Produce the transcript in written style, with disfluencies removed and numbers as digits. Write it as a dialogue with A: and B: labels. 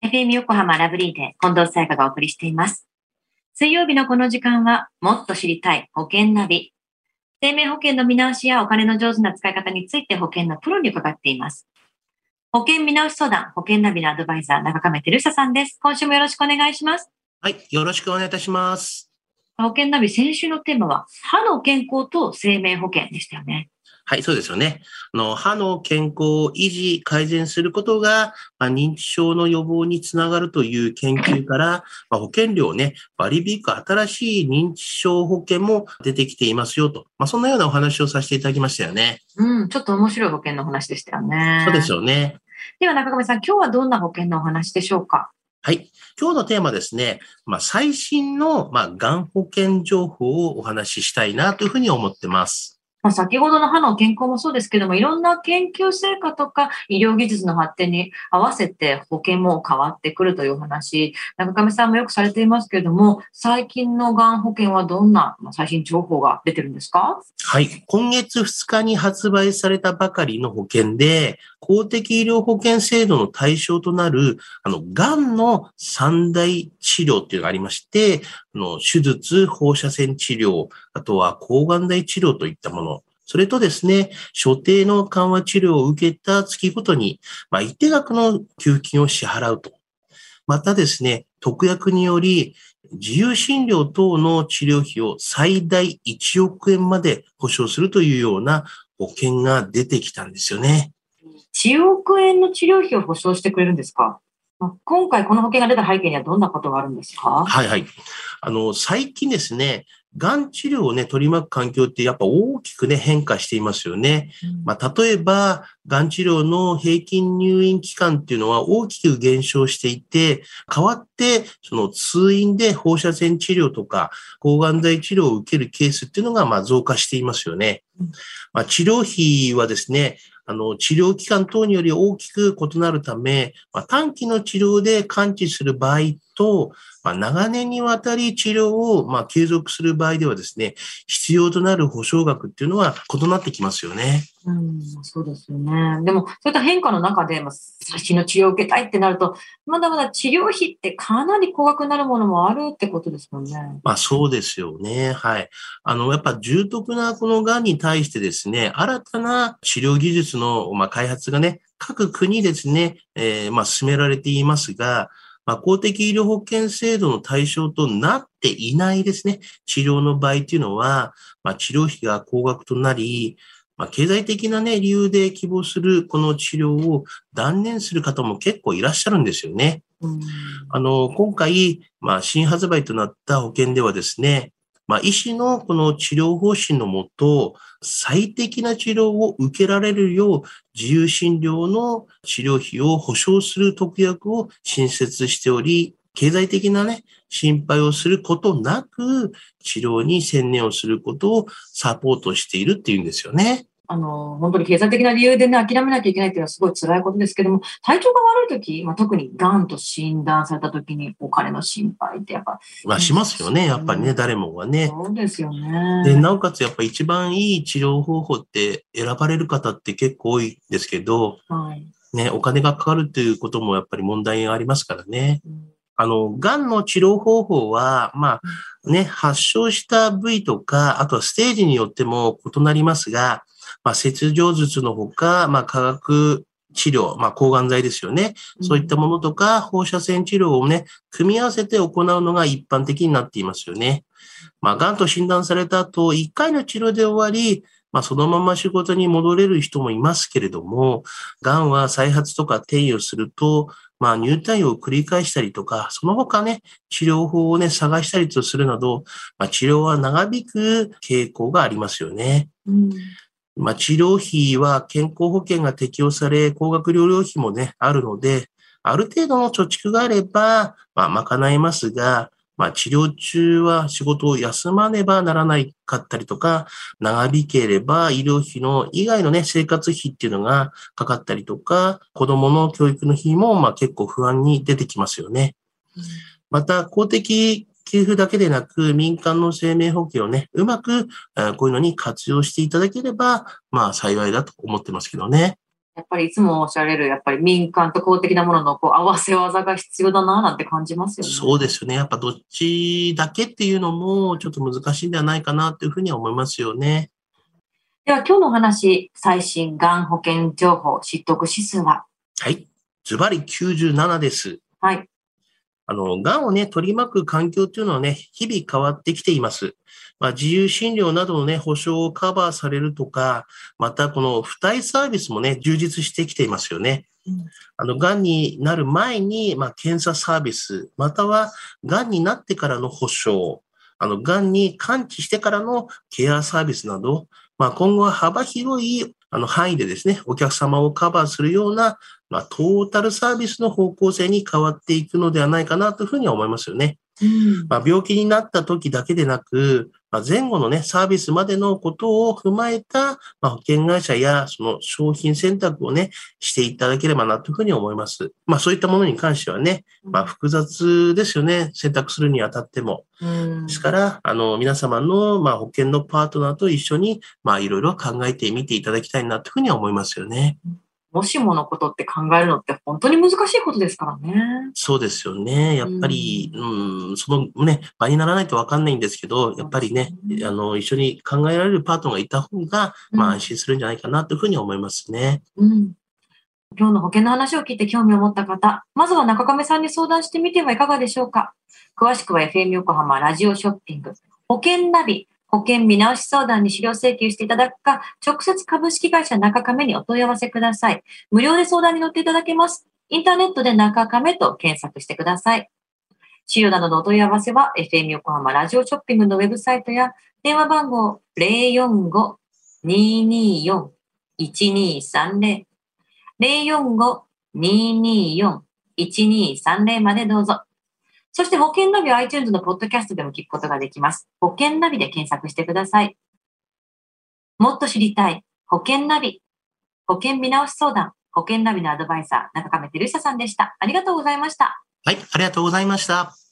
A: FM 横浜ラブリーで近藤沙耶香がお送りしています。水曜日のこの時間は、もっと知りたい保険ナビ。生命保険の見直しやお金の上手な使い方について保険のプロに伺っています。保険見直し相談、保険ナビのアドバイザー、長亀照久さんです。今週もよろしくお願いします。
B: はい、よろしくお願いいたします。
A: 保険ナビ、先週のテーマは、歯の健康と生命保険でしたよね。
B: はい、そうですよね。歯の健康を維持、改善することが、認知症の予防につながるという研究から、保険料をね、割り引く新しい認知症保険も出てきていますよと。そんなようなお話をさせていただきましたよね。
A: ちょっと面白い保険の話でしたよね。
B: そうですよね。
A: では中亀さん、今日はどんな保険のお話でしょうか？
B: はい。今日のテーマですね、最新の、がん保険情報をお話ししたいなというふうに思ってます。
A: 先ほどの歯の健康もそうですけども、いろんな研究成果とか医療技術の発展に合わせて保険も変わってくるというお話、中亀さんもよくされていますけれども、最近のがん保険はどんな最新情報が出てるんですか？
B: はい。今月2日に発売されたばかりの保険で、公的医療保険制度の対象となる、がんの三大治療っていうのがありまして、手術、放射線治療、あとは抗がん剤治療といったもの、それとですね、所定の緩和治療を受けた月ごとに、一定額の給付金を支払うと。またですね、特約により、自由診療等の治療費を最大1億円まで保証するというような保険が出てきたんですよね。
A: 1億円の治療費を保証してくれるんですか？今回この保険が出た背景にはどんなことがあるんですか？
B: はいはい。最近ですね、がん治療をね、取り巻く環境ってやっぱ大きくね、変化していますよね。例えば、がん治療の平均入院期間っていうのは大きく減少していて、代わって、その通院で放射線治療とか、抗がん剤治療を受けるケースっていうのが増加していますよね。治療費はですね、治療期間等により大きく異なるため、短期の治療で完治する場合と、長年にわたり治療を継続する場合ではですね、必要となる保証額っていうのは異なってきますよね。
A: そうですよね。でも、そういった変化の中で、最新の治療を受けたいってなると、まだまだ治療費ってかなり高額になるものもあるってことですもんね。
B: そうですよね。はい。やっぱ重篤なこの癌に対してですね、新たな治療技術の開発がね、各国ですね、進められていますが、公的医療保険制度の対象となっていないですね、治療の場合っていうのは、治療費が高額となり、経済的なね、理由で希望するこの治療を断念する方も結構いらっしゃるんですよね。今回、新発売となった保険ではですね、医師のこの治療方針のもと、最適な治療を受けられるよう、自由診療の治療費を保証する特約を新設しており、経済的なね、心配をすることなく、治療に専念をすることをサポートしているっていうんですよね。
A: 本当に経済的な理由でね、諦めなきゃいけないっていうのはすごい辛いことですけども、体調が悪いとき、特に癌と診断されたときにお金の心配ってやっぱ、
B: しますよね、やっぱりね、誰もがね。
A: そうですよね。
B: で、なおかつやっぱ一番いい治療方法って選ばれる方って結構多いんですけど、ね、お金がかかるっていうこともやっぱり問題がありますからね。癌の治療方法は、発症した部位とか、あとはステージによっても異なりますが、切除術のほか、化学治療、抗がん剤ですよね。そういったものとか、放射線治療をね、組み合わせて行うのが一般的になっていますよね。癌と診断された後、1回の治療で終わり、そのまま仕事に戻れる人もいますけれども、癌は再発とか転移をすると、入退院を繰り返したりとか、その他ね、治療法をね、探したりとするなど、治療は長引く傾向がありますよね。治療費は健康保険が適用され、高額療養費もね、あるので、ある程度の貯蓄があれば、賄えますが、治療中は仕事を休まねばならないかったりとか、長引ければ医療費の以外のね、生活費っていうのがかかったりとか、子供の教育の費も結構不安に出てきますよね。また、公的給付だけでなく、民間の生命保険をね、うまくこういうのに活用していただければ、幸いだと思ってますけどね。
A: やっぱりいつもおっしゃられる、やっぱり民間と公的なものの合わせ技が必要だななんて感じますよね。
B: そうですよね。やっぱどっちだけっていうのもちょっと難しいんではないかなというふうには思いますよね。
A: では今日のお話、最新がん保険情報知得指数は？
B: はい。ズバリ97です。
A: はい。
B: がんをね、取り巻く環境というのはね、日々変わってきています。自由診療などのね、保障をカバーされるとか、またこの付帯サービスもね、充実してきていますよね。がんになる前に、検査サービス、またはがんになってからの保障、がんに完治してからのケアサービスなど、今後は幅広い範囲でですね、お客様をカバーするような、トータルサービスの方向性に変わっていくのではないかなというふうには思いますよね。病気になった時だけでなく、前後のね、サービスまでのことを踏まえた、保険会社やその商品選択をね、していただければなというふうに思います。そういったものに関してはね、複雑ですよね、選択するにあたっても。ですから、皆様の、保険のパートナーと一緒に、いろいろ考えてみていただきたいなというふうには思いますよね。
A: もしものことって考えるのって本当に難しいことですからね。
B: そうですよね。やっぱり、そのね、場にならないとわかんないんですけど、やっぱりね、一緒に考えられるパートナーがいた方が、安心するんじゃないかなというふうに思いますね。
A: 今日の保険の話を聞いて興味を持った方、まずは中亀さんに相談してみてはいかがでしょうか。詳しくは FM 横浜ラジオショッピング、保険ナビ、保険見直し相談に資料請求していただくか、直接株式会社中亀にお問い合わせください。無料で相談に乗っていただけます。インターネットで中亀と検索してください。資料などのお問い合わせは FM 横浜ラジオショッピングのウェブサイトや電話番号 045-224-1230 045-224-1230 までどうぞ。そして保険ナビは iTunes のポッドキャストでも聞くことができます。保険ナビで検索してください。もっと知りたい保険ナビ。保険見直し相談。保険ナビのアドバイザー、中亀照久さんでした。ありがとうございました。
B: はい、ありがとうございました。